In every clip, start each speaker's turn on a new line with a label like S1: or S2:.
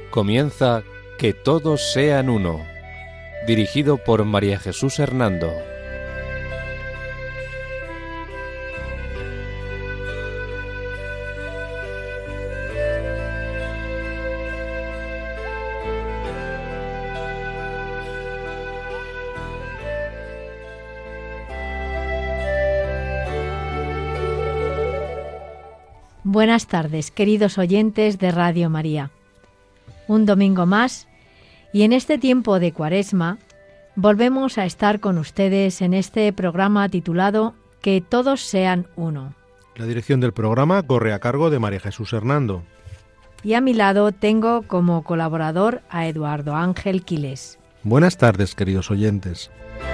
S1: Comienza Que todos sean uno, dirigido por María Jesús Hernando.
S2: Buenas tardes, queridos oyentes de Radio María. Un domingo más, y en este tiempo de Cuaresma, volvemos a estar con ustedes en este programa titulado Que todos sean uno.
S3: La dirección del programa corre a cargo de María Jesús Hernando.
S2: Y a mi lado tengo como colaborador a Eduardo Ángel Quiles.
S3: Buenas tardes, queridos oyentes.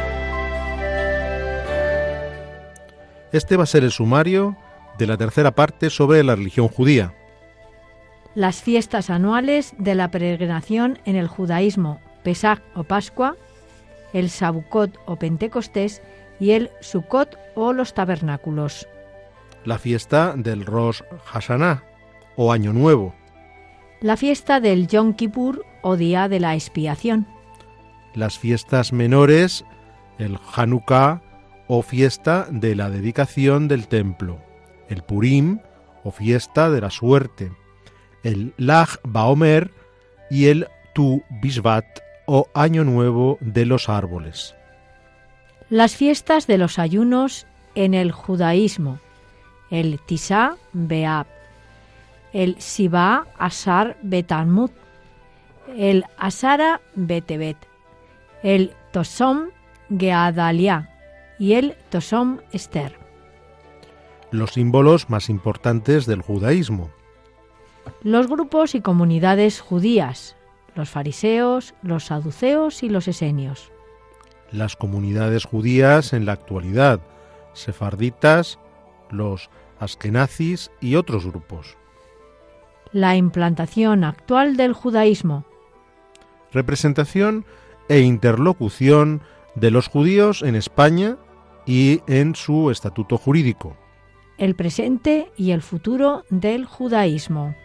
S3: Este va a ser el sumario de la tercera parte sobre la religión judía.
S2: Las fiestas anuales de la peregrinación en el judaísmo, Pesaj o Pascua, el Shavuot o Pentecostés y el Sukkot o los tabernáculos.
S3: La fiesta del Rosh Hashanah o Año Nuevo.
S2: La fiesta del Yom Kippur o Día de la Expiación. Las
S3: fiestas menores, el Hanukkah o fiesta de la dedicación del templo. El Purim o fiesta de la suerte, el Lag Baomer y el Tu Bishvat o Año Nuevo de los árboles.
S2: Las fiestas de los ayunos en el judaísmo, el Tisá B'Av, el Shivá Asar B'Tammuz, el Asara B'Tevet, el Tosom Gedalia y el Tosom Esther.
S3: Los símbolos más importantes del judaísmo.
S2: Los grupos y comunidades judías, los fariseos, los saduceos y los esenios.
S3: Las comunidades judías en la actualidad, sefarditas, los askenazis y otros grupos.
S2: La implantación actual del judaísmo.
S3: Representación e interlocución de los judíos en España y en su estatuto jurídico.
S2: El presente y el futuro del judaísmo.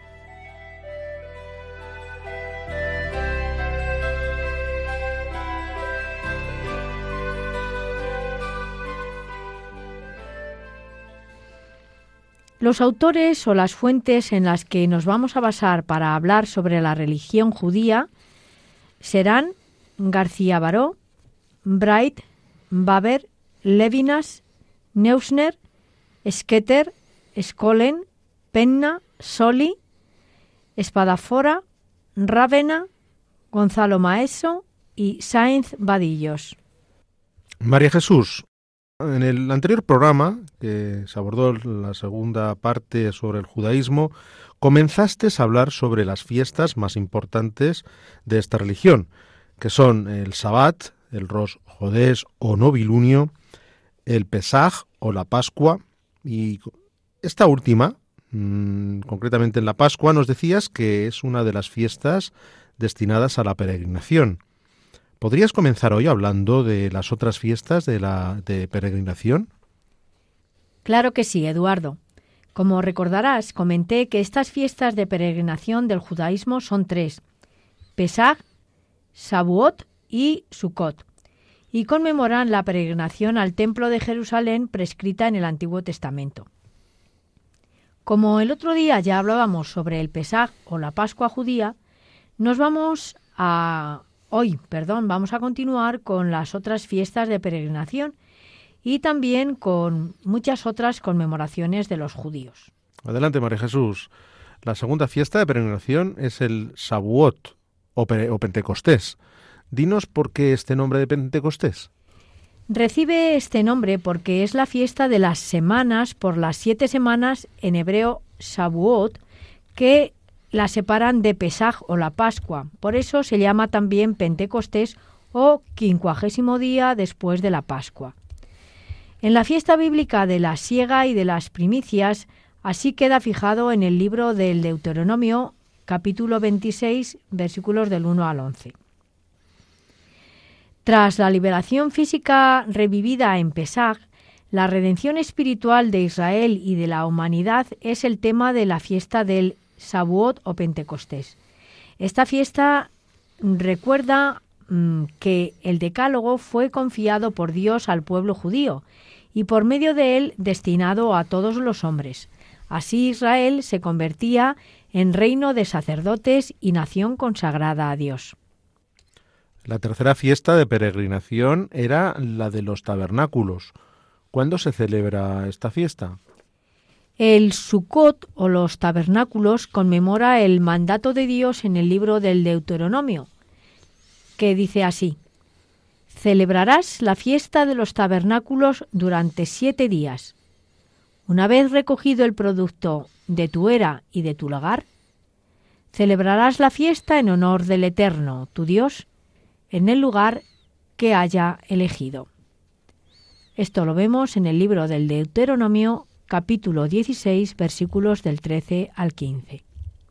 S2: Los autores o las fuentes en las que nos vamos a basar para hablar sobre la religión judía serán García Baró, Bright, Baber, Levinas, Neusner, Schetter, Skollen, Penna, Soli, Espadafora, Rávena, Gonzalo Maeso y Sáenz Vadillos.
S3: María Jesús, en el anterior programa, que se abordó la segunda parte sobre el judaísmo, comenzaste a hablar sobre las fiestas más importantes de esta religión, que son el Sabbat, el Rosh Hodesh o Novilunio, el Pesaj o la Pascua, y esta última, concretamente en la Pascua, nos decías que es una de las fiestas destinadas a la peregrinación. ¿Podrías comenzar hoy hablando de las otras fiestas de peregrinación?
S2: Claro que sí, Eduardo. Como recordarás, comenté que estas fiestas de peregrinación del judaísmo son tres: Pesaj, Shavuot y Sukkot, y conmemoran la peregrinación al Templo de Jerusalén prescrita en el Antiguo Testamento. Como el otro día ya hablábamos sobre el Pesaj o la Pascua judía, vamos a continuar con las otras fiestas de peregrinación y también con muchas otras conmemoraciones de los judíos.
S3: Adelante, María Jesús. La segunda fiesta de peregrinación es el Shavuot o Pentecostés. Dinos por qué este nombre de Pentecostés.
S2: Recibe este nombre porque es la fiesta de las semanas por las 7 semanas, en hebreo Shavuot, que la separan de Pesaj o la Pascua. Por eso se llama también Pentecostés o 50º día después de la Pascua. En la fiesta bíblica de la siega y de las primicias, así queda fijado en el libro del Deuteronomio, capítulo 26, versículos del 1 al 11. Tras la liberación física revivida en Pesaj, la redención espiritual de Israel y de la humanidad es el tema de la fiesta del Shavuot o Pentecostés. Esta fiesta recuerda que el Decálogo fue confiado por Dios al pueblo judío y por medio de él destinado a todos los hombres. Así Israel se convertía en reino de sacerdotes y nación consagrada a Dios.
S3: La tercera fiesta de peregrinación era la de los tabernáculos. ¿Cuándo se celebra esta fiesta?
S2: El Sukkot o los tabernáculos conmemora el mandato de Dios en el libro del Deuteronomio, que dice así: celebrarás la fiesta de los tabernáculos durante 7 días. Una vez recogido el producto de tu era y de tu lagar, celebrarás la fiesta en honor del Eterno, tu Dios, en el lugar que haya elegido. Esto lo vemos en el libro del Deuteronomio, capítulo 16, versículos del 13 al 15.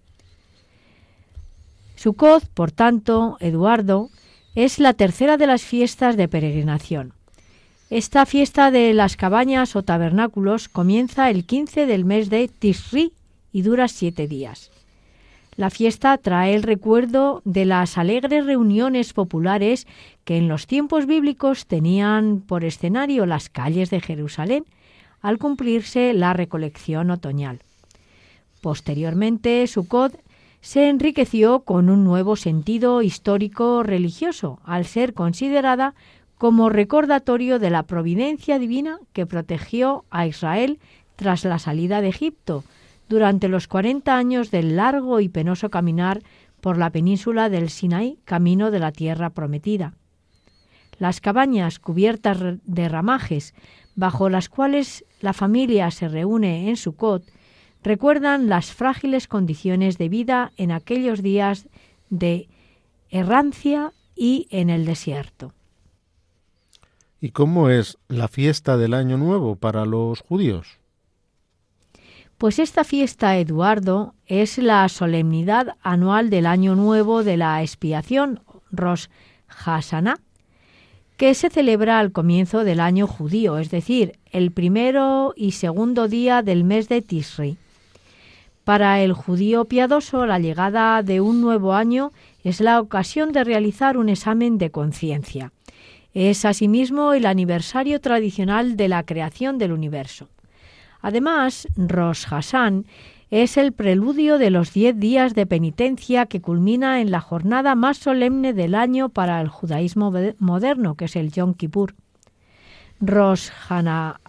S2: Sukkot, por tanto, Eduardo, es la tercera de las fiestas de peregrinación. Esta fiesta de las cabañas o tabernáculos comienza el 15 del mes de Tishri y dura 7 días. La fiesta trae el recuerdo de las alegres reuniones populares que en los tiempos bíblicos tenían por escenario las calles de Jerusalén al cumplirse la recolección otoñal. Posteriormente, Sukkot se enriqueció con un nuevo sentido histórico religioso, al ser considerada como recordatorio de la providencia divina que protegió a Israel tras la salida de Egipto, durante los 40 años del largo y penoso caminar por la península del Sinaí, camino de la tierra prometida. Las cabañas cubiertas de ramajes, bajo las cuales la familia se reúne en Sukkot, recuerdan las frágiles condiciones de vida en aquellos días de errancia y en el desierto.
S3: ¿Y cómo es la fiesta del Año Nuevo para los judíos?
S2: Pues esta fiesta, Eduardo, es la solemnidad anual del Año Nuevo de la expiación, Rosh Hashanah, que se celebra al comienzo del año judío, es decir, el 1 y 2 día del mes de Tishri. Para el judío piadoso, la llegada de un nuevo año es la ocasión de realizar un examen de conciencia. Es asimismo el aniversario tradicional de la creación del universo. Además, Rosh Hashanah es el preludio de los 10 días de penitencia que culmina en la jornada más solemne del año para el judaísmo moderno, que es el Yom Kippur. Rosh Hashanah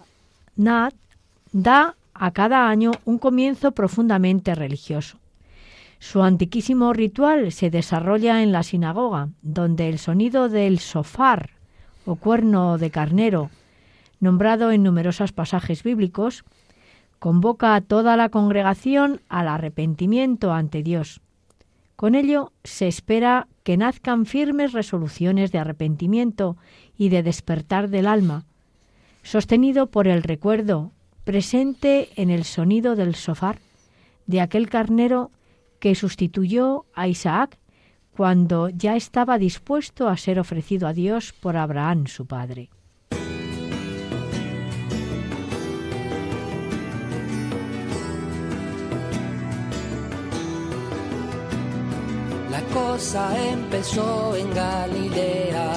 S2: da a cada año un comienzo profundamente religioso. Su antiquísimo ritual se desarrolla en la sinagoga, donde el sonido del shofar o cuerno de carnero, nombrado en numerosos pasajes bíblicos, convoca a toda la congregación al arrepentimiento ante Dios. Con ello se espera que nazcan firmes resoluciones de arrepentimiento y de despertar del alma, sostenido por el recuerdo presente en el sonido del shofar de aquel carnero que sustituyó a Isaac cuando ya estaba dispuesto a ser ofrecido a Dios por Abraham, su padre.
S4: La cosa empezó en Galilea,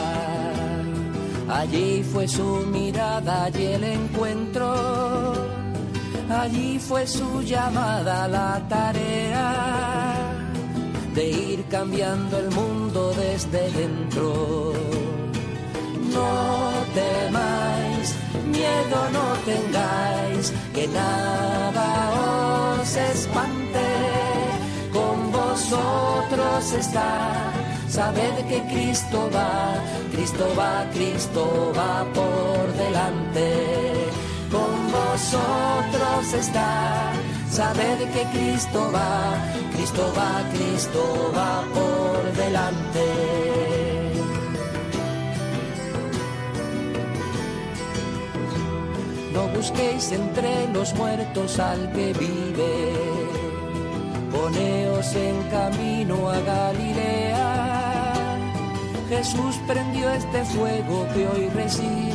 S4: allí fue su mirada y el encuentro, allí fue su llamada, la tarea de ir cambiando el mundo desde dentro. No temáis, miedo no tengáis, que nada os espante. Con vosotros está, sabed que Cristo va, Cristo va, Cristo va por delante. Con vosotros está, sabed que Cristo va, Cristo va, Cristo va por delante. No busquéis entre los muertos al que vive, poneos en camino a Galilea. Jesús prendió este fuego que hoy recibes,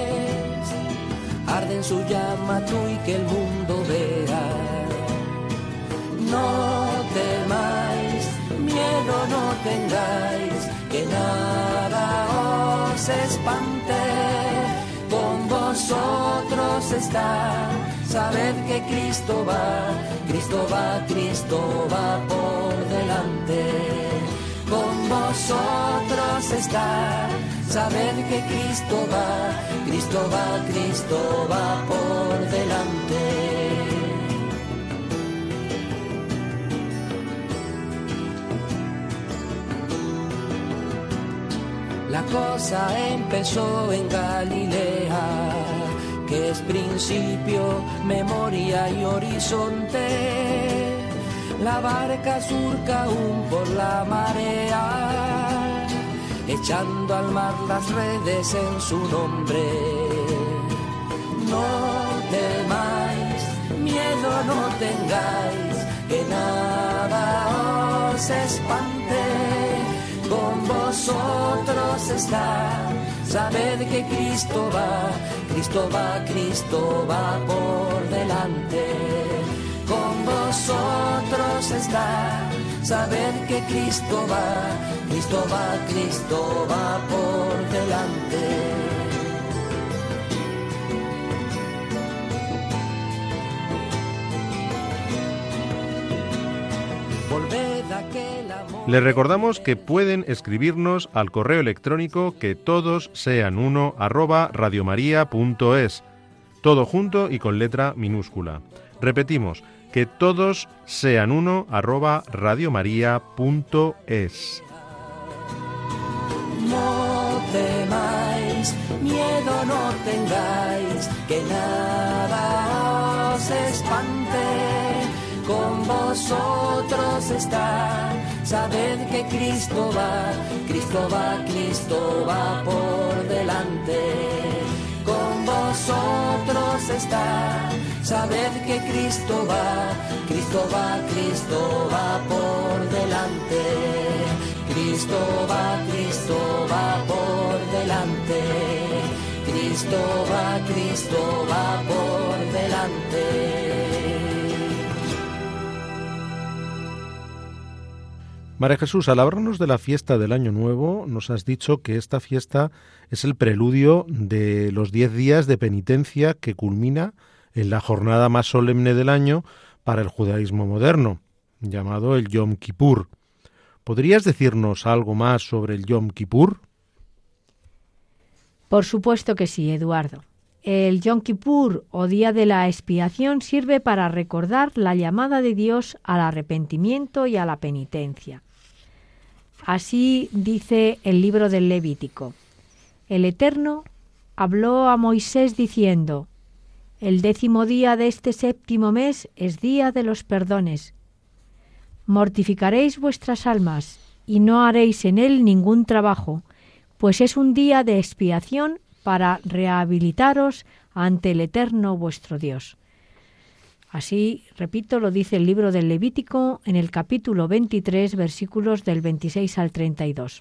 S4: arde en su llama tú y que el mundo vea. No temáis, miedo no tengáis, que nada os espante. Con vosotros está, sabed que Cristo va, Cristo va, Cristo va por delante. Con vosotros está, sabed que Cristo va, Cristo va, Cristo va por delante. La cosa empezó en Galilea, que es principio, memoria y horizonte. La barca surca aún por la marea, echando al mar las redes en su nombre. No temáis, miedo no tengáis, que nada os espante. Con vosotros está, sabed que Cristo va, Cristo va, Cristo va por delante. Con vosotros está, sabed que Cristo va, Cristo va, Cristo va por delante.
S3: Les recordamos que pueden escribirnos al correo electrónico que todos sean uno @radiomaria.es, todo junto y con letra minúscula. Repetimos, que todos sean uno @radiomaria.es.
S4: No temáis, miedo no tengáis, que nada os espante. Con vosotros está, sabed que Cristo va, Cristo va, Cristo va por delante. Con vosotros está, sabed que Cristo va, Cristo va, Cristo va por delante. Cristo va por delante. Cristo va por delante.
S3: María Jesús, al hablarnos de la fiesta del Año Nuevo, nos has dicho que esta fiesta es el preludio de los 10 días de penitencia que culmina en la jornada más solemne del año para el judaísmo moderno, llamado el Yom Kippur. ¿Podrías decirnos algo más sobre el Yom Kippur?
S2: Por supuesto que sí, Eduardo. El Yom Kippur, o Día de la Expiación, sirve para recordar la llamada de Dios al arrepentimiento y a la penitencia. Así dice el libro del Levítico. El Eterno habló a Moisés diciendo: el 10º día de este 7º mes es día de los perdones. Mortificaréis vuestras almas y no haréis en él ningún trabajo, pues es un día de expiación para rehabilitaros ante el Eterno vuestro Dios. Así, repito, lo dice el libro del Levítico en el capítulo 23, versículos del 26 al 32.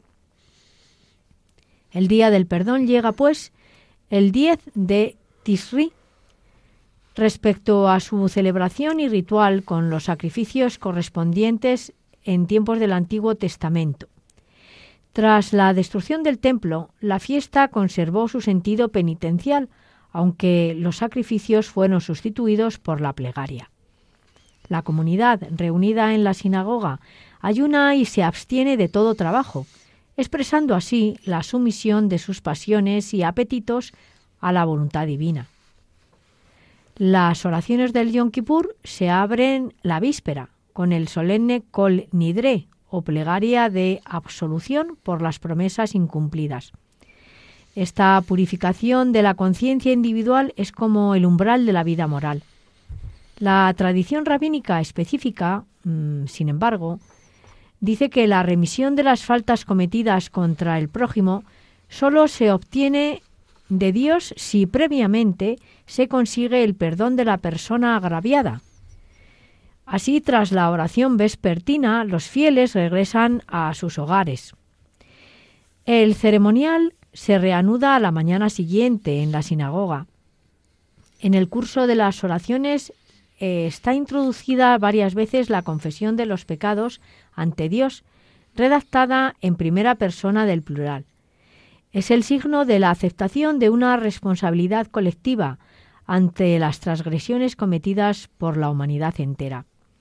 S2: El día del perdón llega, pues, el 10 de Tisri. Respecto a su celebración y ritual con los sacrificios correspondientes en tiempos del Antiguo Testamento. Tras la destrucción del templo, la fiesta conservó su sentido penitencial, aunque los sacrificios fueron sustituidos por la plegaria. La comunidad, reunida en la sinagoga, ayuna y se abstiene de todo trabajo, expresando así la sumisión de sus pasiones y apetitos a la voluntad divina. Las oraciones del Yom Kippur se abren la víspera con el solemne Kol Nidre, o plegaria de absolución por las promesas incumplidas. Esta purificación de la conciencia individual es como el umbral de la vida moral. La tradición rabínica específica, sin embargo, dice que la remisión de las faltas cometidas contra el prójimo solo se obtiene de Dios si previamente se consigue el perdón de la persona agraviada. Así, tras la oración vespertina, los fieles regresan a sus hogares. El ceremonial se reanuda a la mañana siguiente en la sinagoga. En el curso de las oraciones está introducida varias veces la confesión de los pecados ante Dios, redactada en primera persona del plural. Es el signo de la aceptación de una responsabilidad colectiva ante las transgresiones cometidas por la humanidad entera.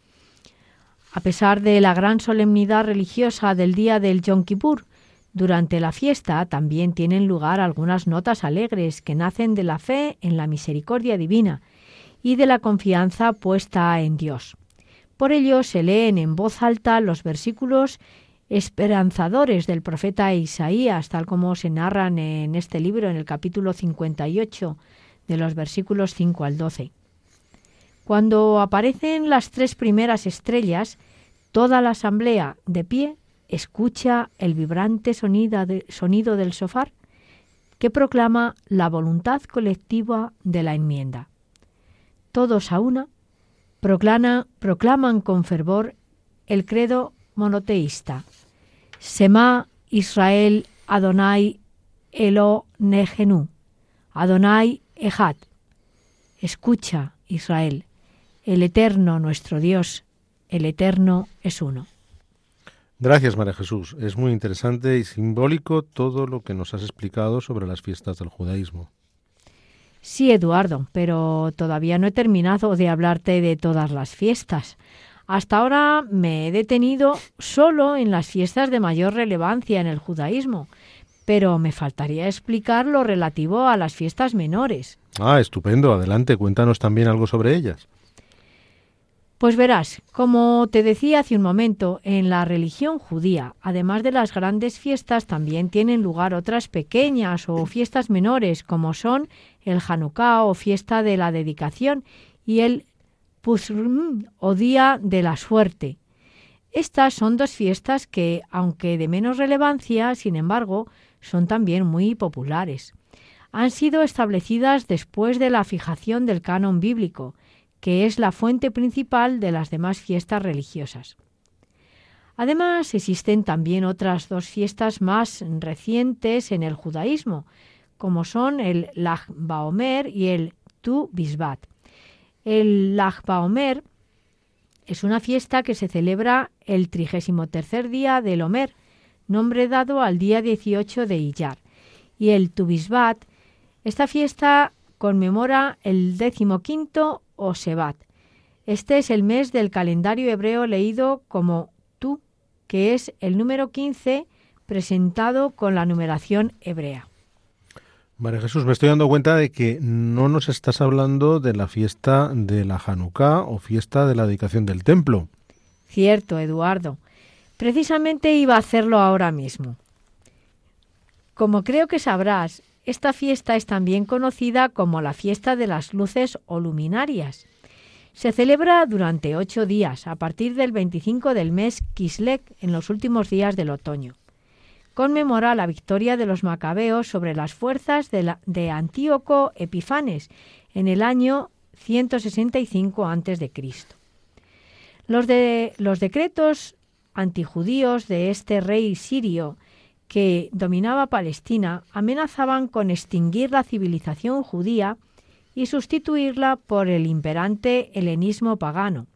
S2: A pesar de la gran solemnidad religiosa del día del Yom Kippur, durante la fiesta también tienen lugar algunas notas alegres que nacen de la fe en la misericordia divina y de la confianza puesta en Dios. Por ello se leen en voz alta los versículos esperanzadores del profeta Isaías, tal como se narran en este libro, en el capítulo 58, de los versículos 5 al 12. Cuando aparecen las 3 primeras estrellas, toda la asamblea de pie escucha el vibrante sonido del shofar que proclama la voluntad colectiva de la enmienda. Todos a una proclaman con fervor el credo monoteísta: Shema Israel Adonai Elohenu, Adonai Echad. Escucha, Israel, el Eterno nuestro Dios, el Eterno es uno.
S3: Gracias, María Jesús. Es muy interesante y simbólico todo lo que nos has explicado sobre las fiestas del judaísmo.
S2: Sí, Eduardo, pero todavía no he terminado de hablarte de todas las fiestas. Hasta ahora me he detenido solo en las fiestas de mayor relevancia en el judaísmo, pero me faltaría explicar lo relativo a las fiestas menores.
S3: Ah, estupendo. Adelante, cuéntanos también algo sobre ellas.
S2: Pues verás, como te decía hace un momento, en la religión judía, además de las grandes fiestas, también tienen lugar otras pequeñas o fiestas menores, como son el Hanukkah o fiesta de la dedicación y el Purim o día de la suerte. Estas son 2 fiestas que, aunque de menos relevancia, sin embargo, son también muy populares. Han sido establecidas después de la fijación del canon bíblico, que es la fuente principal de las demás fiestas religiosas. Además, existen también otras 2 fiestas más recientes en el judaísmo, como son el Lag Baomer y el Tu Bisbat. El Lag Baomer es una fiesta que se celebra el 33er día del Omer, nombre dado al día 18 de Iyar, y el Tu Bisbat, esta fiesta conmemora el 15º o Shevat. Este es el mes del calendario hebreo leído como Tu, que es el número 15 presentado con la numeración hebrea.
S3: María Jesús, me estoy dando cuenta de que no nos estás hablando de la fiesta de la Hanukkah o fiesta de la dedicación del templo.
S2: Cierto, Eduardo. Precisamente iba a hacerlo ahora mismo. Como creo que sabrás, esta fiesta es también conocida como la fiesta de las luces o luminarias. Se celebra durante 8 días, a partir del 25 del mes Kislev, en los últimos días del otoño. Conmemora la victoria de los macabeos sobre las fuerzas de Antíoco Epifanes en el año 165 a.C. Los decretos antijudíos de este rey sirio que dominaba Palestina amenazaban con extinguir la civilización judía y sustituirla por el imperante helenismo pagano.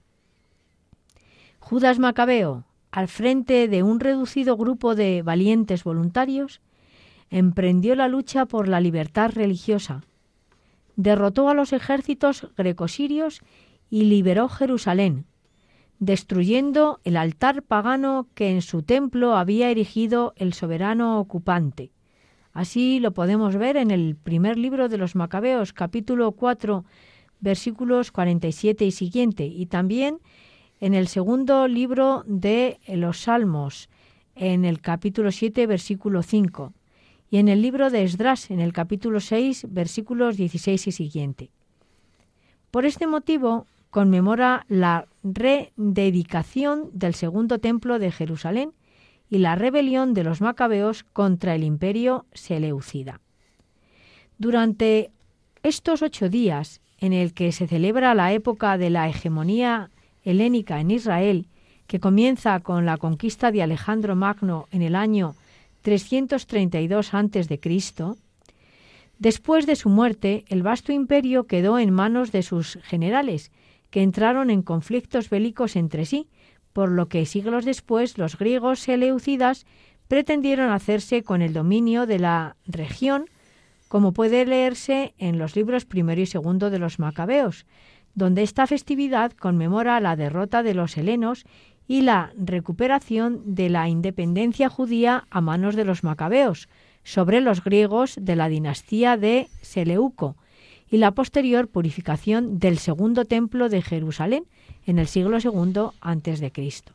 S2: Judas Macabeo, al frente de un reducido grupo de valientes voluntarios, emprendió la lucha por la libertad religiosa, derrotó a los ejércitos grecosirios y liberó Jerusalén, destruyendo el altar pagano que en su templo había erigido el soberano ocupante. Así lo podemos ver en el primer libro de los Macabeos, capítulo 4, versículos 47 y siguiente, y también en el segundo libro de los Salmos, en el capítulo 7, versículo 5, y en el libro de Esdras, en el capítulo 6, versículos 16 y siguiente. Por este motivo, conmemora la rededicación del segundo templo de Jerusalén y la rebelión de los macabeos contra el imperio seleucida. Durante estos 8 días, en el que se celebra la época de la hegemonía helénica en Israel, que comienza con la conquista de Alejandro Magno en el año 332 a.C., después de su muerte, el vasto imperio quedó en manos de sus generales, que entraron en conflictos bélicos entre sí, por lo que siglos después los griegos seleucidas pretendieron hacerse con el dominio de la región, como puede leerse en los libros primero y segundo de los Macabeos, donde esta festividad conmemora la derrota de los helenos y la recuperación de la independencia judía a manos de los Macabeos sobre los griegos de la dinastía de Seleuco y la posterior purificación del segundo templo de Jerusalén en el siglo II a.C.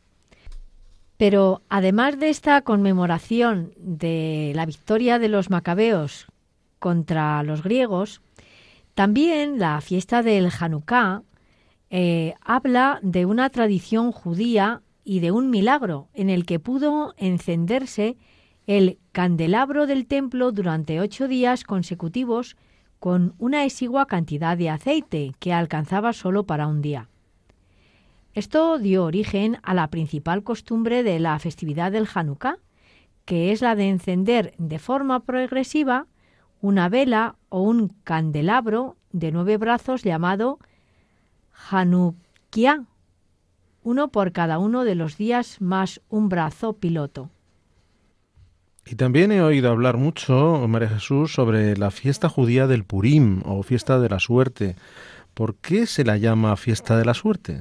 S2: Pero además de esta conmemoración de la victoria de los Macabeos contra los griegos, también la fiesta del Hanukkah habla de una tradición judía y de un milagro en el que pudo encenderse el candelabro del templo durante 8 días consecutivos con una exigua cantidad de aceite que alcanzaba solo para un día. Esto dio origen a la principal costumbre de la festividad del Hanukkah, que es la de encender de forma progresiva una vela o un candelabro de 9 brazos llamado Hanukkah, uno por cada uno de los días más un brazo piloto.
S3: Y también he oído hablar mucho, María Jesús, sobre la fiesta judía del Purim o fiesta de la suerte. ¿Por qué se la llama fiesta de la suerte?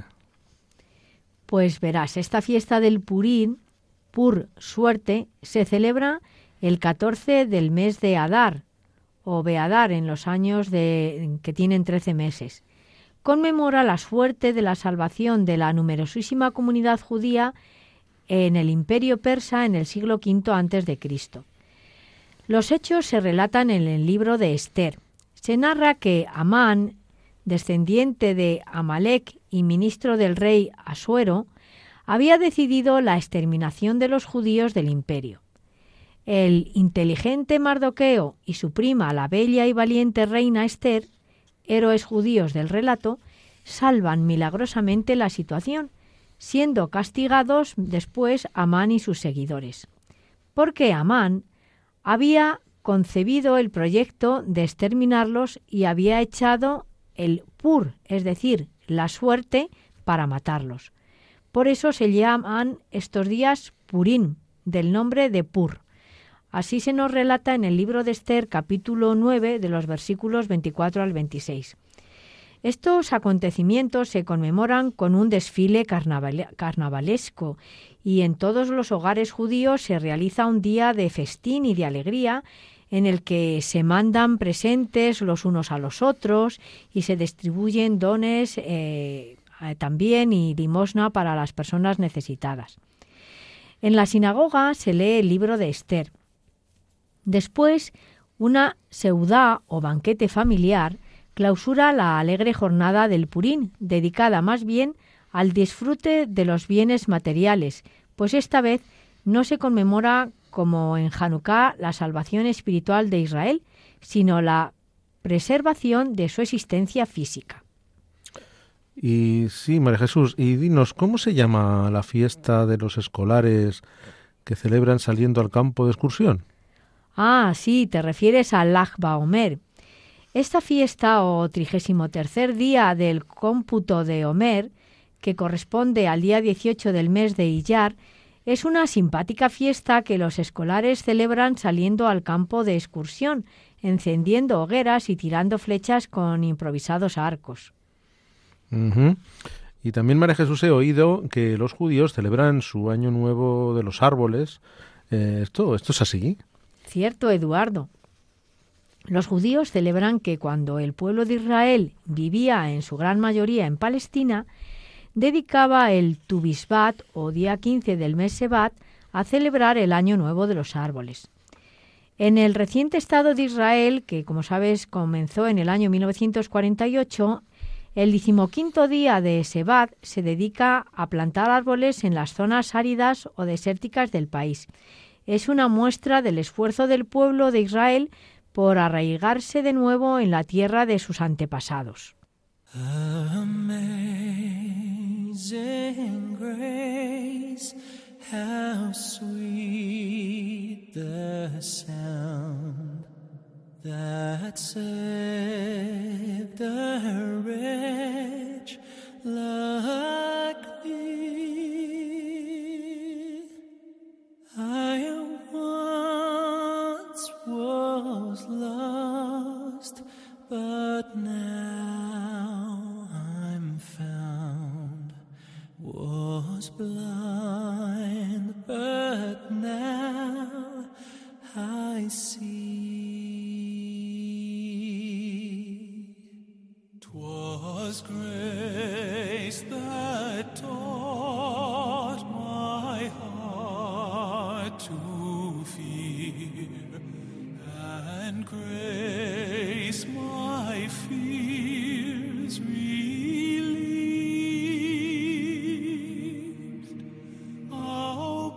S2: Pues verás, esta fiesta del Purim, Pur, suerte, se celebra el 14 del mes de Adar, o Beadar en los años que tienen 13 meses. Conmemora la suerte de la salvación de la numerosísima comunidad judía en el Imperio Persa en el siglo V a.C. Los hechos se relatan en el libro de Esther. Se narra que Amán, descendiente de Amalek y ministro del rey Asuero, había decidido la exterminación de los judíos del imperio. El inteligente Mardoqueo y su prima, la bella y valiente reina Esther, héroes judíos del relato, salvan milagrosamente la situación, siendo castigados después Amán y sus seguidores. Porque Amán había concebido el proyecto de exterminarlos y había echado el pur, es decir, la suerte, para matarlos. Por eso se llaman estos días Purim, del nombre de Pur. Así se nos relata en el libro de Esther, capítulo 9, de los versículos 24 al 26. Estos acontecimientos se conmemoran con un desfile carnavalesco y en todos los hogares judíos se realiza un día de festín y de alegría en el que se mandan presentes los unos a los otros y se distribuyen dones también y limosna para las personas necesitadas. En la sinagoga se lee el libro de Esther. Después, una seudá o banquete familiar clausura la alegre jornada del Purim, dedicada más bien al disfrute de los bienes materiales, pues esta vez no se conmemora como en Hanukkah la salvación espiritual de Israel, sino la preservación de su existencia física.
S3: Y sí, María Jesús, y dinos, ¿cómo se llama la fiesta de los escolares que celebran saliendo al campo de excursión?
S2: Ah, sí, te refieres al Lag BaOmer. Esta fiesta, o 33 día del cómputo de Omer, que corresponde al día 18 del mes de Iyar, es una simpática fiesta que los escolares celebran saliendo al campo de excursión, encendiendo hogueras y tirando flechas con improvisados arcos.
S3: Uh-huh. Y también, María Jesús, he oído que los judíos celebran su año nuevo de los árboles. ¿Esto es así?
S2: Cierto, Eduardo. Los judíos celebran que cuando el pueblo de Israel vivía en su gran mayoría en Palestina, dedicaba el Tu Bisbat, o día 15 del mes Sebat, a celebrar el año nuevo de los árboles. En el reciente Estado de Israel, que como sabes comenzó en el año 1948, el 15º día de Sebat se dedica a plantar árboles en las zonas áridas o desérticas del país. Es una muestra del esfuerzo del pueblo de Israel por arraigarse de nuevo en la tierra de sus antepasados.
S4: Amazing grace, how sweet the sound that saved a wretch like me.
S5: once was lost, but now I'm found. Was blind, but now I see. 'Twas grace that taught my heart to fear, and grace my fears relieved. How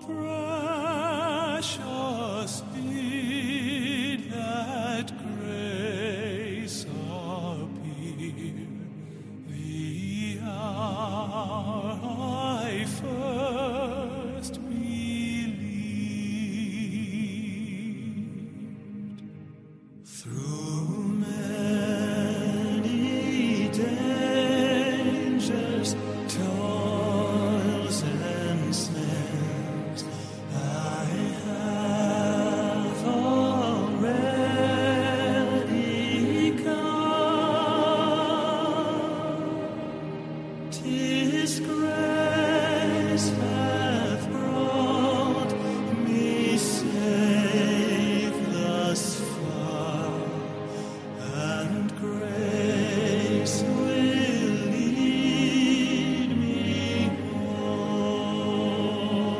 S5: precious did that grace appear, the hour I first believed. Through many dangers, toils and snares, I have already come. 'Tis grace hath brought me safe thus far, and grace will lead me home.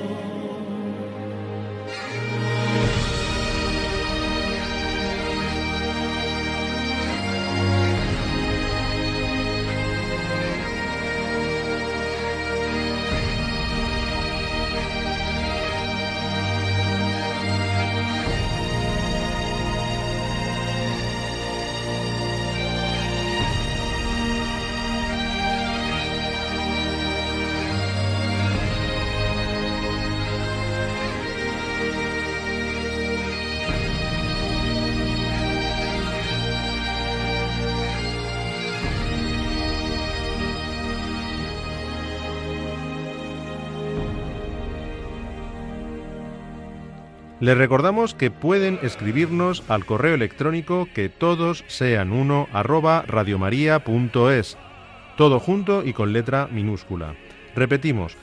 S3: Les recordamos que pueden escribirnos al correo electrónico quetodosseanuno@radiomaria.es, todo junto y con letra minúscula. Repetimos,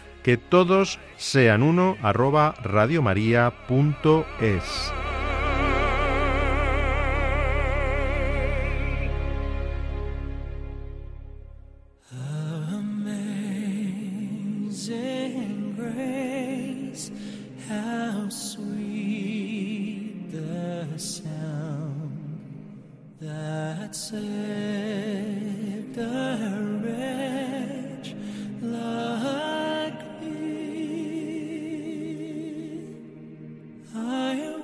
S3: quetodosseanuno@radiomaria.es.
S5: Amazing grace, how sweet the sound that saved a wretch like me. I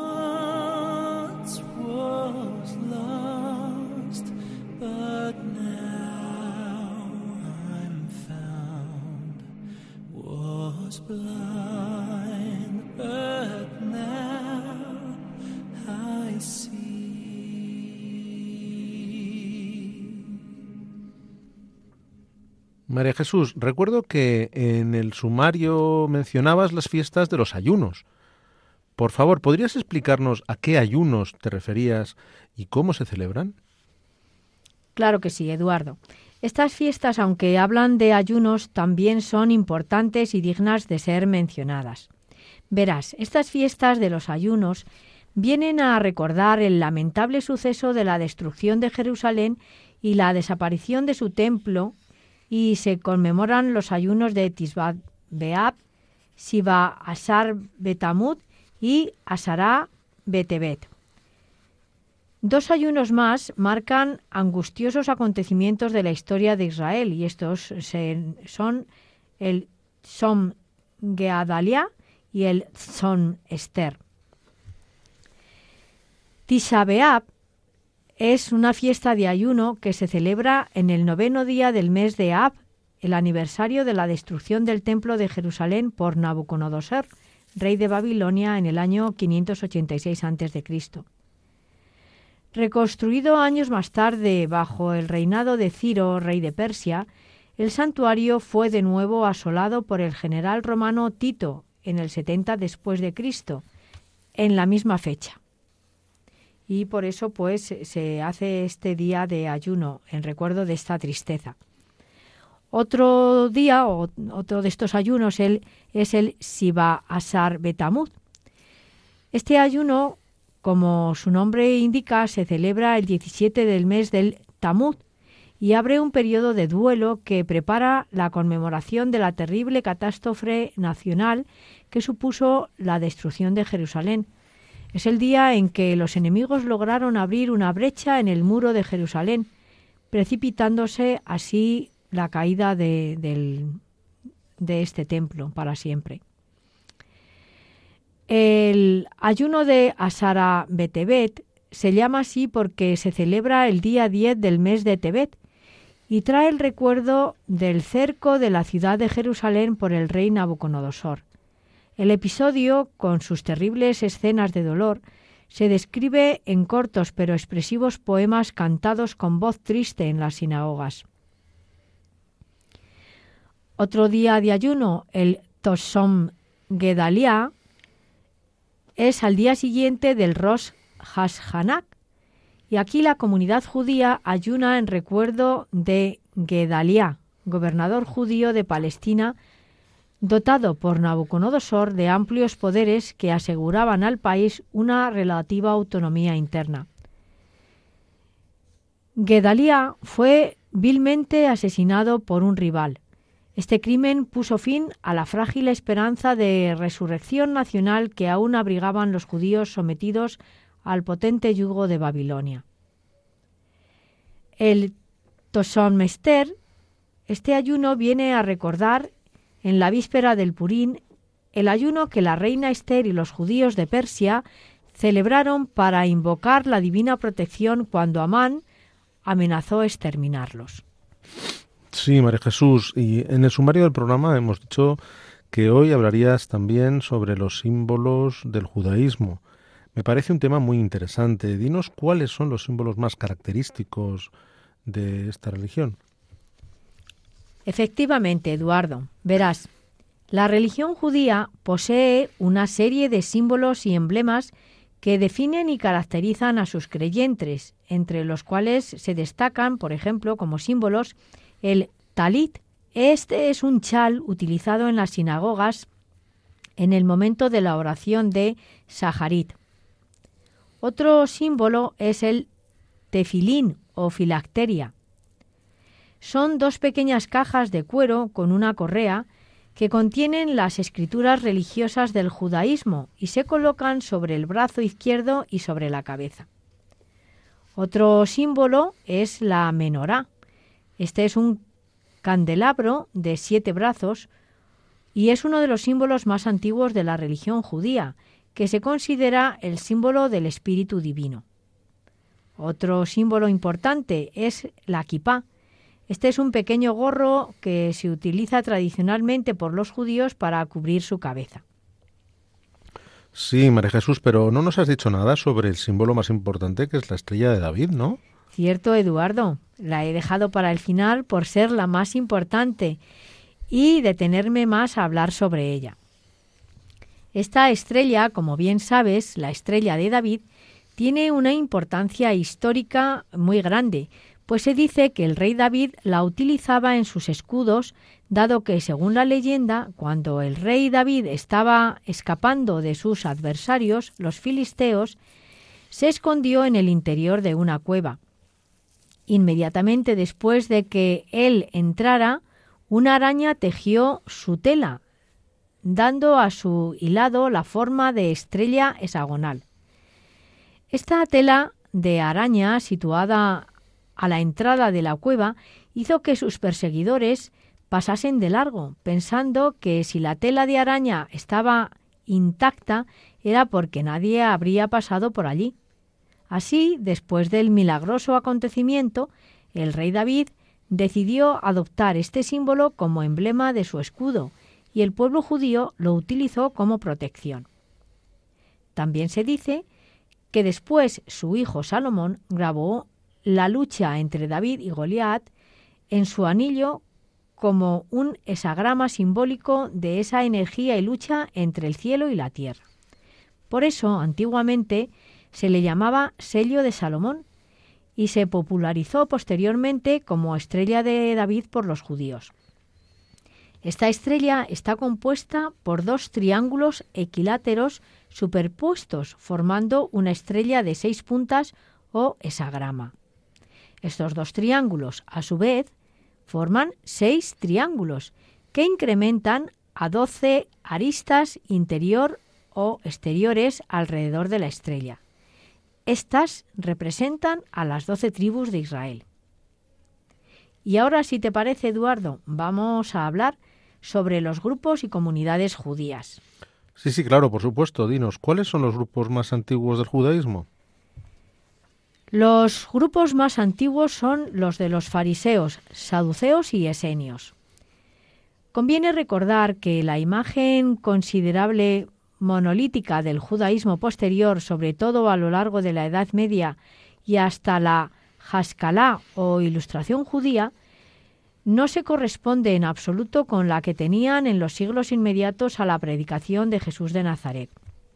S5: once was lost, but now I'm found. Was blind, but now I see.
S3: María Jesús, recuerdo que en el sumario mencionabas las fiestas de los ayunos. Por favor, ¿podrías explicarnos a qué ayunos te referías y cómo se celebran?
S2: Claro que sí, Eduardo. Estas fiestas, aunque hablan de ayunos, también son importantes y dignas de ser mencionadas. Verás, estas fiestas de los ayunos vienen a recordar el lamentable suceso de la destrucción de Jerusalén y la desaparición de su templo, y se conmemoran los ayunos de Tisba B'Av, Siva Asar Betamud y Asara Betebet. Dos ayunos más marcan angustiosos acontecimientos de la historia de Israel, y estos son el Tzom Gedalia y el Tzom Esther. Tisha B'Av es una fiesta de ayuno que se celebra en el 9º día del mes de Av, el aniversario de la destrucción del templo de Jerusalén por Nabucodonosor, rey de Babilonia, en el año 586 a.C. Reconstruido años más tarde bajo el reinado de Ciro, rey de Persia, el santuario fue de nuevo asolado por el general romano Tito en el 70 después de Cristo, en la misma fecha. y por eso pues se hace este día de ayuno en recuerdo de esta tristeza. Otro día, o otro de estos ayunos, es el Shiva Asar Betamuz. Este ayuno, como su nombre indica, se celebra el 17 del mes del Tamuz y abre un periodo de duelo que prepara la conmemoración de la terrible catástrofe nacional que supuso la destrucción de Jerusalén. Es el día en que los enemigos lograron abrir una brecha en el muro de Jerusalén, precipitándose así la caída de este templo para siempre. El ayuno de Asara Betebet se llama así porque se celebra el día 10 del mes de Tebet y trae el recuerdo del cerco de la ciudad de Jerusalén por el rey Nabucodonosor. El episodio, con sus terribles escenas de dolor, se describe en cortos pero expresivos poemas cantados con voz triste en las sinagogas. Otro día de ayuno, el Tosom Gedalia, es al día siguiente del Rosh Hashanah, y aquí la comunidad judía ayuna en recuerdo de Gedalia, gobernador judío de Palestina, dotado por Nabucodonosor de amplios poderes que aseguraban al país una relativa autonomía interna. Gedalia fue vilmente asesinado por un rival. Este crimen puso fin a la frágil esperanza de resurrección nacional que aún abrigaban los judíos sometidos al potente yugo de Babilonia. El Tosom Ester, este ayuno viene a recordar en la víspera del Purín el ayuno que la reina Ester y los judíos de Persia celebraron para invocar la divina protección cuando Amán amenazó exterminarlos.
S3: Sí, María Jesús, y en el sumario del programa hemos dicho que hoy hablarías también sobre los símbolos del judaísmo. Me parece un tema muy interesante. Dinos cuáles son los símbolos más característicos de esta religión.
S2: Efectivamente, Eduardo. Verás, la religión judía posee una serie de símbolos y emblemas que definen y caracterizan a sus creyentes, entre los cuales se destacan, por ejemplo, como símbolos, el talit. Este es un chal utilizado en las sinagogas en el momento de la oración de Shaharit. Otro símbolo es el tefilín o filacteria. Son dos pequeñas cajas de cuero con una correa que contienen las escrituras religiosas del judaísmo y se colocan sobre el brazo izquierdo y sobre la cabeza. Otro símbolo es la menorá. Este es un candelabro de 7 brazos y es uno de los símbolos más antiguos de la religión judía, que se considera el símbolo del Espíritu Divino. Otro símbolo importante es la kipá. Este es un pequeño gorro que se utiliza tradicionalmente por los judíos para cubrir su cabeza.
S3: Sí, María Jesús, pero no nos has dicho nada sobre el símbolo más importante, que es la estrella de David, ¿no?
S2: Cierto, Eduardo. La he dejado para el final por ser la más importante y detenerme más a hablar sobre ella. Esta estrella, como bien sabes, la estrella de David, tiene una importancia histórica muy grande, pues se dice que el rey David la utilizaba en sus escudos, dado que, según la leyenda, cuando el rey David estaba escapando de sus adversarios, los filisteos, se escondió en el interior de una cueva. Inmediatamente después de que él entrara, una araña tejió su tela, dando a su hilado la forma de estrella hexagonal. Esta tela de araña, situada a la entrada de la cueva, hizo que sus perseguidores pasasen de largo, pensando que si la tela de araña estaba intacta era porque nadie habría pasado por allí. Así, después del milagroso acontecimiento, el rey David decidió adoptar este símbolo como emblema de su escudo y el pueblo judío lo utilizó como protección. También se dice que después su hijo Salomón grabó la lucha entre David y Goliat en su anillo como un hexagrama simbólico de esa energía y lucha entre el cielo y la tierra. Por eso, antiguamente, Se le llamaba sello de Salomón y se popularizó posteriormente como estrella de David por los judíos. Esta estrella está compuesta por 2 triángulos equiláteros superpuestos, formando una estrella de 6 puntas o hexagrama. Estos 2 triángulos, a su vez, forman 6 triángulos que incrementan a 12 aristas interior o exteriores alrededor de la estrella. Estas representan a las 12 tribus de Israel. Y ahora, si te parece, Eduardo, vamos a hablar sobre los grupos y comunidades judías.
S3: Sí, claro, por supuesto. Dinos, ¿cuáles son los grupos más antiguos del judaísmo?
S2: Los grupos más antiguos son los de los fariseos, saduceos y esenios. Conviene recordar que la imagen considerable monolítica del judaísmo posterior, sobre todo a lo largo de la Edad Media y hasta la Haskalah o Ilustración judía, no se corresponde en absoluto con la que tenían en los siglos inmediatos a la predicación de Jesús de Nazaret.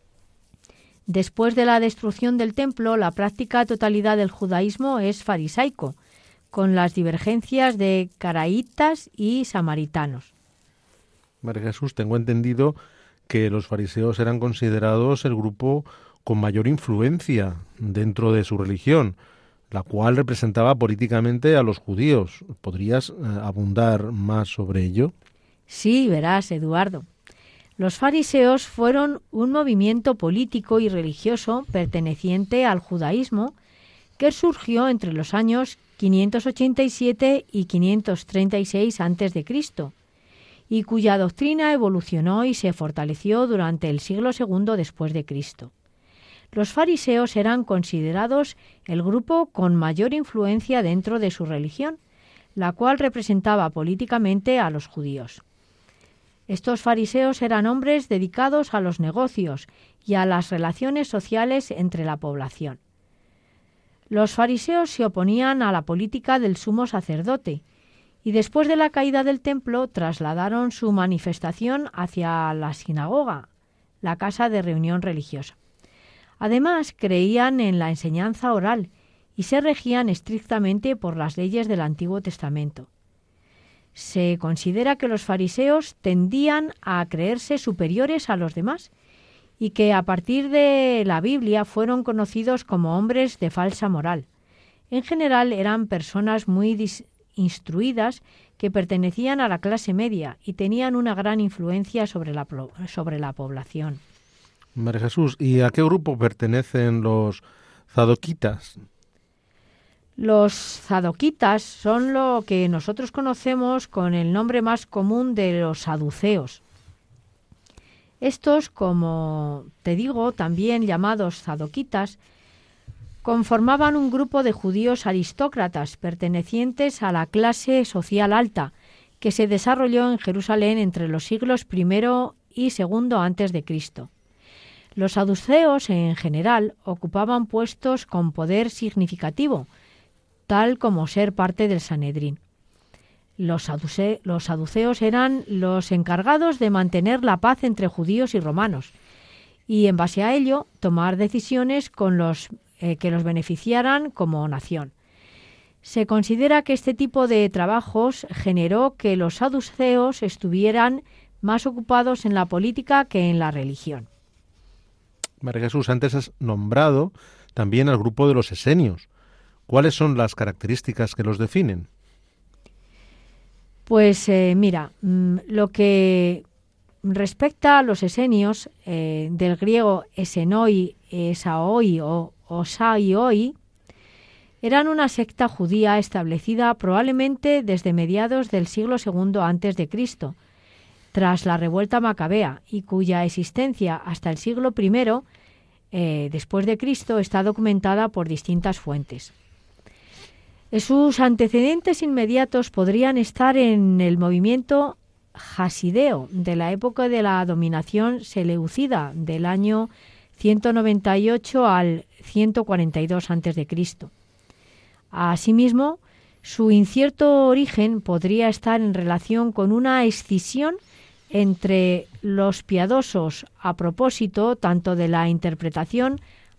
S2: Después de la destrucción del templo, la práctica totalidad del judaísmo es farisaico, con las divergencias de caraítas y samaritanos.
S3: María Jesús, tengo entendido que los fariseos eran considerados el grupo con mayor influencia dentro de su religión, la cual representaba políticamente a los judíos. ¿Podrías abundar más sobre ello?
S2: Sí, verás, Eduardo. Los fariseos fueron un movimiento político y religioso perteneciente al judaísmo que surgió entre los años 587 y 536 a.C., y cuya doctrina evolucionó y se fortaleció durante el siglo II después de Cristo. Los fariseos eran considerados el grupo con mayor influencia dentro de su religión, la cual representaba políticamente a los judíos. Estos fariseos eran hombres dedicados a los negocios y a las relaciones sociales entre la población. Los fariseos se oponían a la política del sumo sacerdote y después de la caída del templo trasladaron su manifestación hacia la sinagoga, la casa de reunión religiosa. Además, creían en la enseñanza oral y se regían estrictamente por las leyes del Antiguo Testamento. Se considera que los fariseos tendían a creerse superiores a los demás y que a partir de la Biblia fueron conocidos como hombres de falsa moral. En general eran personas muy instruidas que pertenecían a la clase media y tenían una gran influencia sobre la población.
S3: María Jesús, ¿y a qué grupo pertenecen los zadoquitas?
S2: Los zadoquitas son lo que nosotros conocemos con el nombre más común de los saduceos. Estos, como te digo, también llamados zadoquitas, conformaban un grupo de judíos aristócratas pertenecientes a la clase social alta que se desarrolló en Jerusalén entre los siglos I y II antes de Cristo. Los saduceos, en general, ocupaban puestos con poder significativo, tal como ser parte del Sanedrín. Los saduceos eran los encargados de mantener la paz entre judíos y romanos y, en base a ello, tomar decisiones que los beneficiaran como nación. Se considera que este tipo de trabajos generó que los saduceos estuvieran más ocupados en la política que en la religión.
S3: María Jesús, antes has nombrado también al grupo de los esenios. ¿Cuáles son las características que los definen?
S2: Pues mira, lo que respecta a los esenios, del griego esenoi, esaoi o osaioi, eran una secta judía establecida probablemente desde mediados del siglo II antes de Cristo, tras la revuelta macabea, y cuya existencia hasta el siglo I después de Cristo está documentada por distintas fuentes. Sus antecedentes inmediatos podrían estar en el movimiento hasideo de la época de la dominación seleucida del año 198 al 142 a.C. Asimismo, su incierto origen podría estar en relación con una escisión entre los piadosos a propósito tanto de la interpretación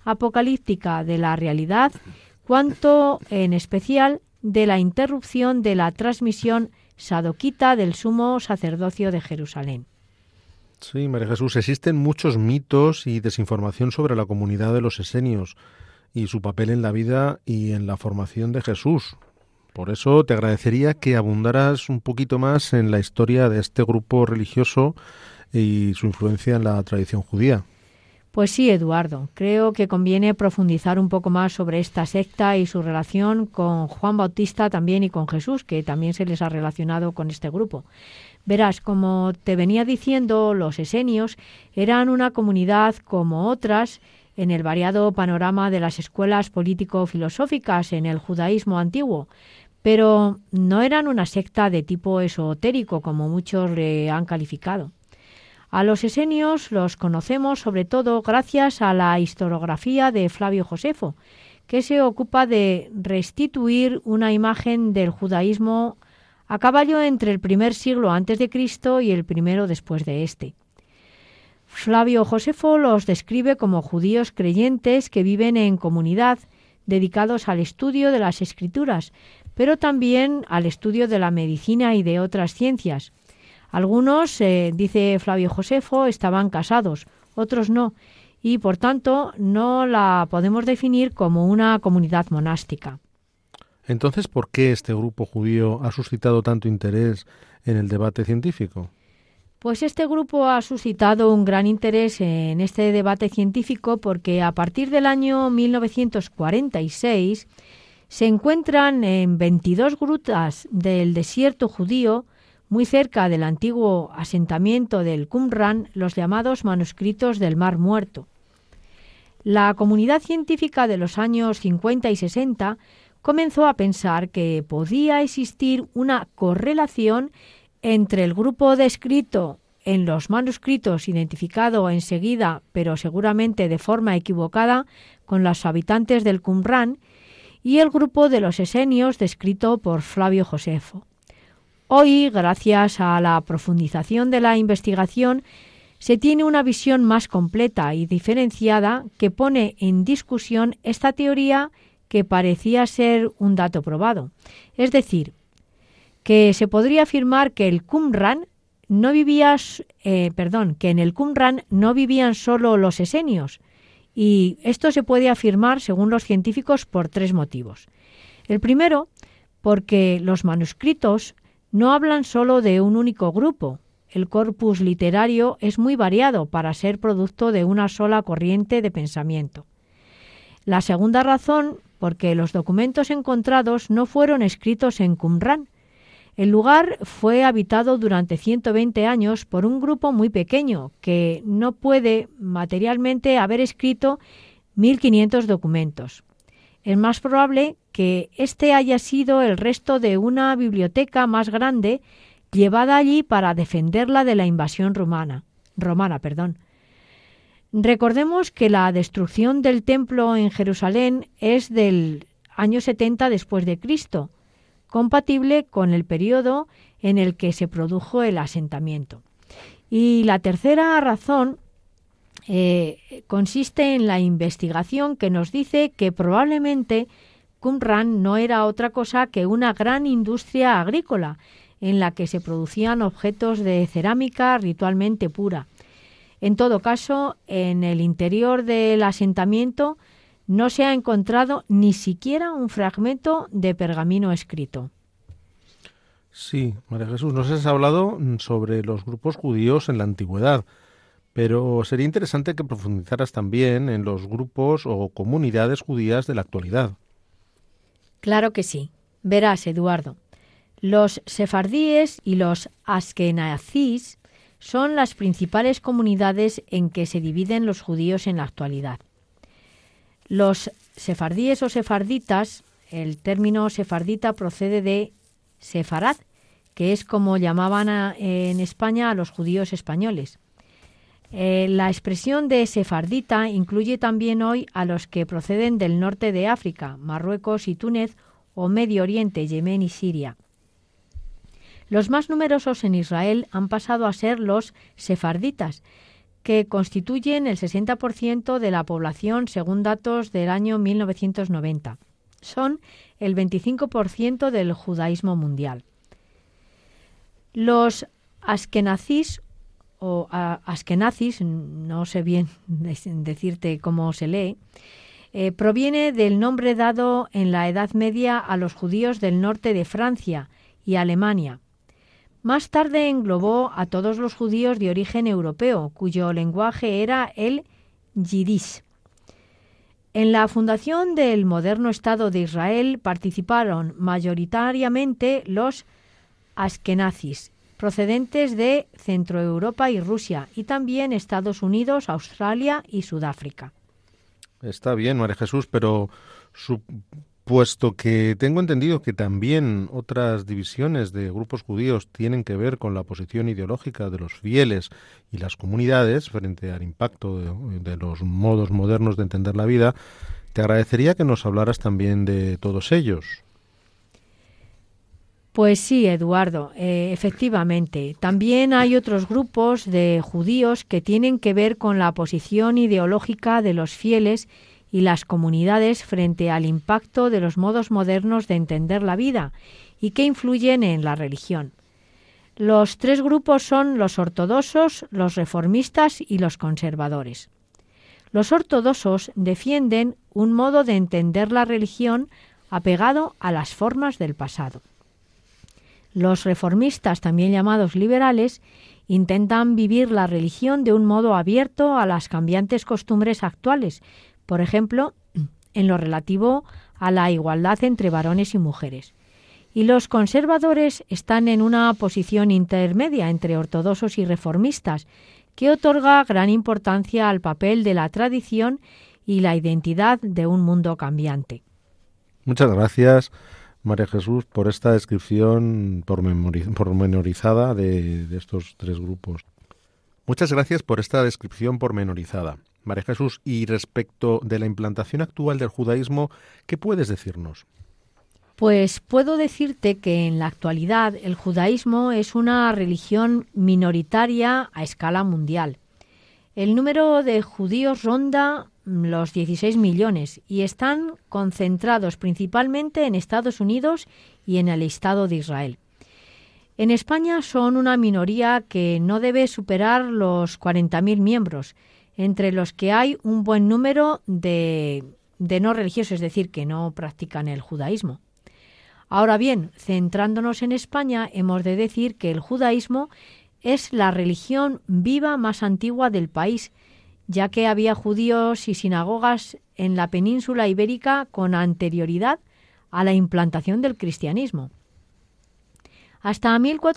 S2: apocalíptica de la realidad, cuanto en especial de la interrupción de la transmisión sadoquita del sumo sacerdocio de Jerusalén.
S3: Sí, María Jesús, existen muchos mitos y desinformación sobre la comunidad de los esenios y su papel en la vida y en la formación de Jesús. Por eso te agradecería que abundaras un poquito más en la historia de este grupo religioso y su influencia en la tradición judía.
S2: Pues sí, Eduardo, creo que conviene profundizar un poco más sobre esta secta y su relación con Juan Bautista también y con Jesús, que también se les ha relacionado con este grupo. Verás, como te venía diciendo, los esenios eran una comunidad como otras en el variado panorama de las escuelas político-filosóficas en el judaísmo antiguo, pero no eran una secta de tipo esotérico como muchos le han calificado. A los esenios los conocemos sobre todo gracias a la historiografía de Flavio Josefo, que se ocupa de restituir una imagen del judaísmo a caballo entre el primer siglo antes de Cristo y el primero después de este. Flavio Josefo los describe como judíos creyentes que viven en comunidad, dedicados al estudio de las Escrituras, pero también al estudio de la medicina y de otras ciencias. Algunos, dice Flavio Josefo, estaban casados, otros no, y por tanto no la podemos definir como una comunidad monástica.
S3: Entonces, ¿por qué este grupo judío ha suscitado tanto interés en el debate científico?
S2: Pues este grupo ha suscitado un gran interés en este debate científico porque a partir del año 1946 se encuentran en 22 grutas del desierto judío, muy cerca del antiguo asentamiento del Qumran, los llamados manuscritos del Mar Muerto. La comunidad científica de los años 50 y 60 comenzó a pensar que podía existir una correlación entre el grupo descrito en los manuscritos, identificado enseguida, pero seguramente de forma equivocada, con los habitantes del Qumran, y el grupo de los esenios descrito por Flavio Josefo. Hoy, gracias a la profundización de la investigación, se tiene una visión más completa y diferenciada que pone en discusión esta teoría que parecía ser un dato probado. Es decir, que se podría afirmar que el Qumran que en el Qumran no vivían solo los esenios, y esto se puede afirmar, según los científicos, por tres motivos. El primero, porque los manuscritos no hablan solo de un único grupo. El corpus literario es muy variado para ser producto de una sola corriente de pensamiento. La segunda razón, porque los documentos encontrados no fueron escritos en Qumran. El lugar fue habitado durante 120 años por un grupo muy pequeño que no puede materialmente haber escrito 1.500 documentos. Es más probable que este haya sido el resto de una biblioteca más grande llevada allí para defenderla de la invasión romana. Recordemos que la destrucción del templo en Jerusalén es del año 70 después de Cristo, compatible con el periodo en el que se produjo el asentamiento. Y la tercera razón consiste en la investigación que nos dice que probablemente Qumran no era otra cosa que una gran industria agrícola en la que se producían objetos de cerámica ritualmente pura. En todo caso, en el interior del asentamiento no se ha encontrado ni siquiera un fragmento de pergamino escrito.
S3: Sí, María Jesús, nos has hablado sobre los grupos judíos en la antigüedad, pero sería interesante que profundizaras también en los grupos o comunidades judías de la actualidad.
S2: Claro que sí. Verás, Eduardo, los sefardíes y los askenazís son las principales comunidades en que se dividen los judíos en la actualidad. Los sefardíes o sefarditas, el término sefardita procede de sefarad, que es como llamaban en España a los judíos españoles. La expresión de sefardita incluye también hoy a los que proceden del norte de África, Marruecos y Túnez, o Medio Oriente, Yemen y Siria. Los más numerosos en Israel han pasado a ser los sefarditas, que constituyen el 60% de la población según datos del año 1990. Son el 25% del judaísmo mundial. Los askenazis o askenazis, no sé bien decirte cómo se lee, proviene del nombre dado en la Edad Media a los judíos del norte de Francia y Alemania. Más tarde englobó a todos los judíos de origen europeo, cuyo lenguaje era el yiddish. En la fundación del moderno Estado de Israel participaron mayoritariamente los askenazis, procedentes de Centroeuropa y Rusia, y también Estados Unidos, Australia y Sudáfrica.
S3: Está bien, María Jesús, pero puesto que tengo entendido que también otras divisiones de grupos judíos tienen que ver con la posición ideológica de los fieles y las comunidades frente al impacto de los modos modernos de entender la vida, te agradecería que nos hablaras también de todos ellos.
S2: Pues sí, Eduardo, efectivamente. También hay otros grupos de judíos que tienen que ver con la posición ideológica de los fieles y las comunidades frente al impacto de los modos modernos de entender la vida y que influyen en la religión. Los tres grupos son los ortodoxos, los reformistas y los conservadores. Los ortodoxos defienden un modo de entender la religión apegado a las formas del pasado. Los reformistas, también llamados liberales, intentan vivir la religión de un modo abierto a las cambiantes costumbres actuales, por ejemplo, en lo relativo a la igualdad entre varones y mujeres. Y los conservadores están en una posición intermedia entre ortodoxos y reformistas, que otorga gran importancia al papel de la tradición y la identidad de un mundo cambiante.
S3: Muchas gracias, María Jesús, por esta descripción pormenorizada de estos tres grupos. Muchas gracias por esta descripción pormenorizada, María Jesús. Y respecto de la implantación actual del judaísmo, ¿qué puedes decirnos?
S2: Pues puedo decirte que en la actualidad el judaísmo es una religión minoritaria a escala mundial. El número de judíos ronda los 16 millones y están concentrados principalmente en Estados Unidos y en el Estado de Israel. En España son una minoría que no debe superar los 40.000 miembros, entre los que hay un buen número de no religiosos, es decir, que no practican el judaísmo. Ahora bien, centrándonos en España, hemos de decir que el judaísmo es la religión viva más antigua del país, ya que había judíos y sinagogas en la península ibérica con anterioridad a la implantación del cristianismo. Hasta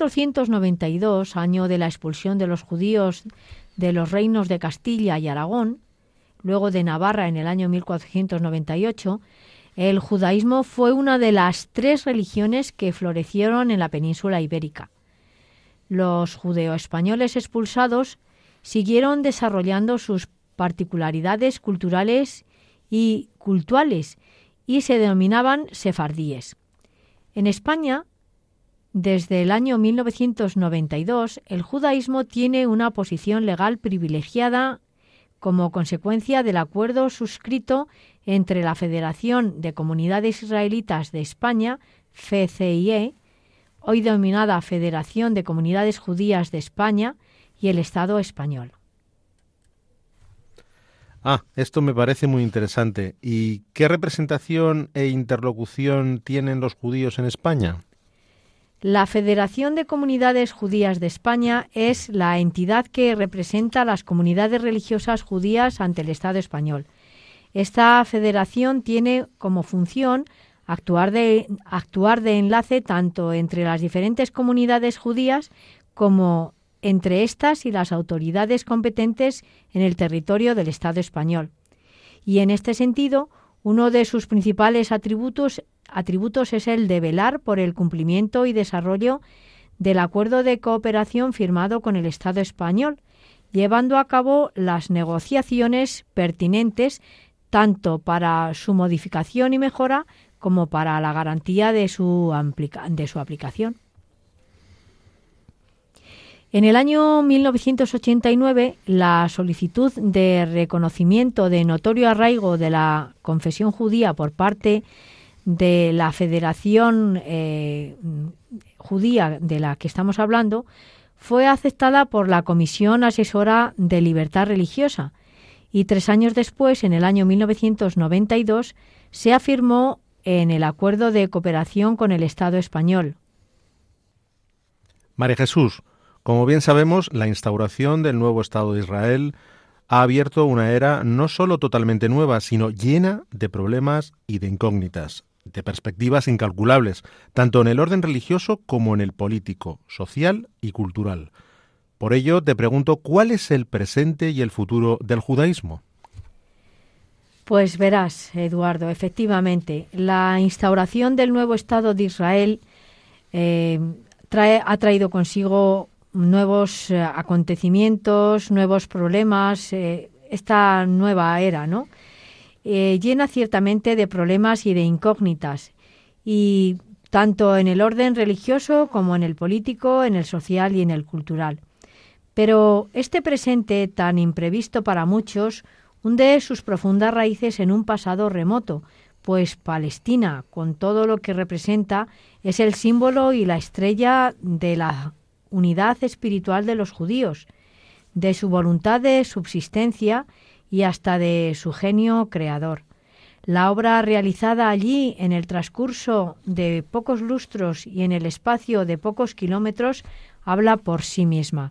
S2: 1492, año de la expulsión de los judíos de los reinos de Castilla y Aragón, luego de Navarra en el año 1498, el judaísmo fue una de las tres religiones que florecieron en la península ibérica. Los judeoespañoles expulsados siguieron desarrollando sus particularidades culturales y cultuales y se denominaban sefardíes. En España, desde el año 1992, el judaísmo tiene una posición legal privilegiada como consecuencia del acuerdo suscrito entre la Federación de Comunidades Israelitas de España, FCIE, hoy denominada Federación de Comunidades Judías de España, y el Estado español.
S3: Esto me parece muy interesante. ¿Y qué representación e interlocución tienen los judíos en España?
S2: La Federación de Comunidades Judías de España es la entidad que representa a las comunidades religiosas judías ante el Estado español. Esta federación tiene como función actuar de enlace tanto entre las diferentes comunidades judías como entre estas y las autoridades competentes en el territorio del Estado español. Y en este sentido, uno de sus principales atributos es el de velar por el cumplimiento y desarrollo del acuerdo de cooperación firmado con el Estado español, llevando a cabo las negociaciones pertinentes tanto para su modificación y mejora como para la garantía de su aplicación. En el año 1989, la solicitud de reconocimiento de notorio arraigo de la confesión judía por parte de la Federación Judía de la que estamos hablando fue aceptada por la Comisión Asesora de Libertad Religiosa y 3 años después, en el año 1992, se afirmó en el Acuerdo de Cooperación con el Estado español.
S3: María Jesús, como bien sabemos, la instauración del nuevo Estado de Israel ha abierto una era no solo totalmente nueva, sino llena de problemas y de incógnitas, de perspectivas incalculables, tanto en el orden religioso como en el político, social y cultural. Por ello, te pregunto, ¿cuál es el presente y el futuro del judaísmo?
S2: Pues verás, Eduardo, efectivamente, la instauración del nuevo Estado de Israel ha traído consigo nuevos acontecimientos, nuevos problemas, esta nueva era, ¿no? Llena ciertamente de problemas y de incógnitas, y tanto en el orden religioso como en el político, en el social y en el cultural. Pero este presente tan imprevisto para muchos hunde sus profundas raíces en un pasado remoto, pues Palestina, con todo lo que representa, es el símbolo y la estrella de la unidad espiritual de los judíos, de su voluntad de subsistencia y hasta de su genio creador. La obra realizada allí en el transcurso de pocos lustros y en el espacio de pocos kilómetros habla por sí misma.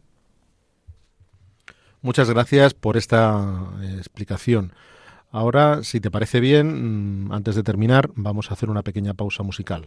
S3: Muchas gracias por esta explicación. Ahora, si te parece bien, antes de terminar, vamos a hacer una pequeña pausa musical.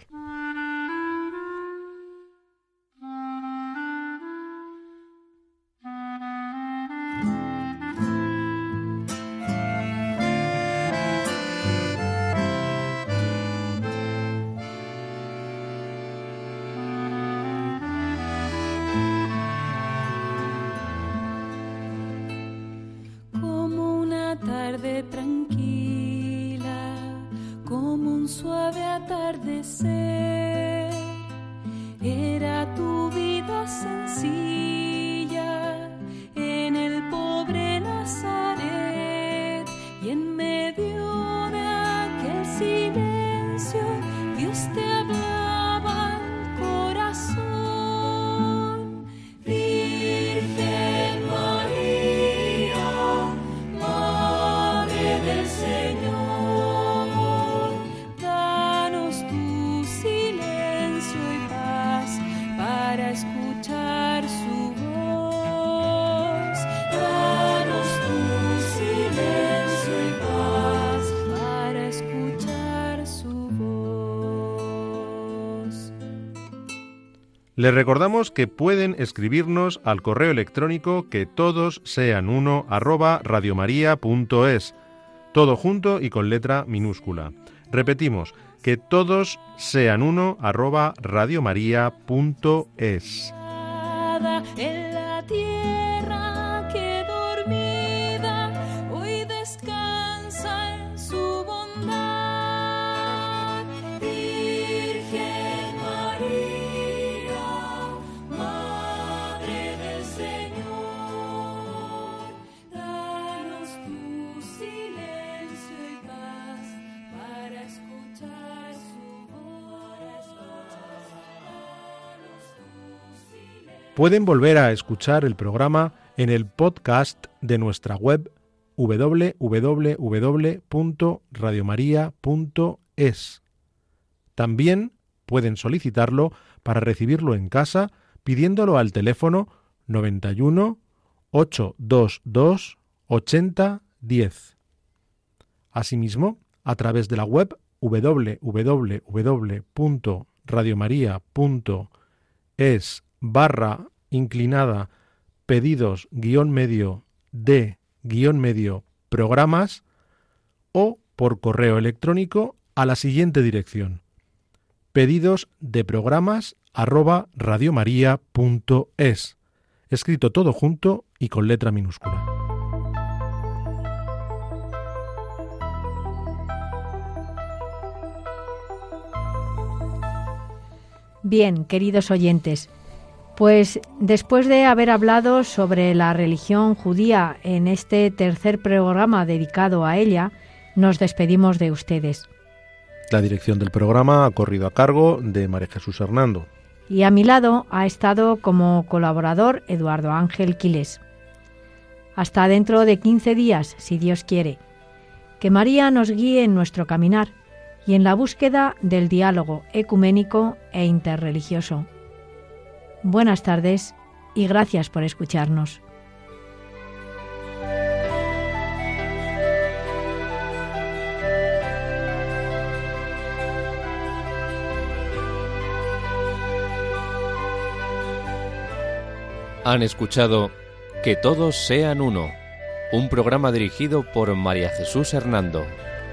S3: Les recordamos que pueden escribirnos al correo electrónico quetodosseanuno@radiomaria.es, todo junto y con letra minúscula. Repetimos, quetodosseanuno@radiomaria.es.
S5: En la tierra que dormida hoy descansa en su bondad. Virgen María, Madre del Señor, danos tu silencio y paz para escuchar su voz.
S3: Pueden volver a escuchar el programa en el podcast de nuestra web www.radiomaria.es. También pueden solicitarlo para recibirlo en casa pidiéndolo al teléfono 91 822 8010. Asimismo, a través de la web www.radiomaria.es/inclinada pedidos-medio de-medio programas, o por correo electrónico a la siguiente dirección: pedidosdeprogramas@radiomaria.es, escrito todo junto y con letra minúscula.
S2: Bien, queridos oyentes, Pues después de haber hablado sobre la religión judía en este tercer programa dedicado a ella, nos despedimos de ustedes.
S3: La dirección del programa ha corrido a cargo de María Jesús Hernando.
S2: Y a mi lado ha estado como colaborador Eduardo Ángel Quilés. Hasta dentro de 15 días, si Dios quiere. Que María nos guíe en nuestro caminar y en la búsqueda del diálogo ecuménico e interreligioso. Buenas tardes y gracias por escucharnos.
S1: Han escuchado Que todos sean uno, un programa dirigido por María Jesús Hernando.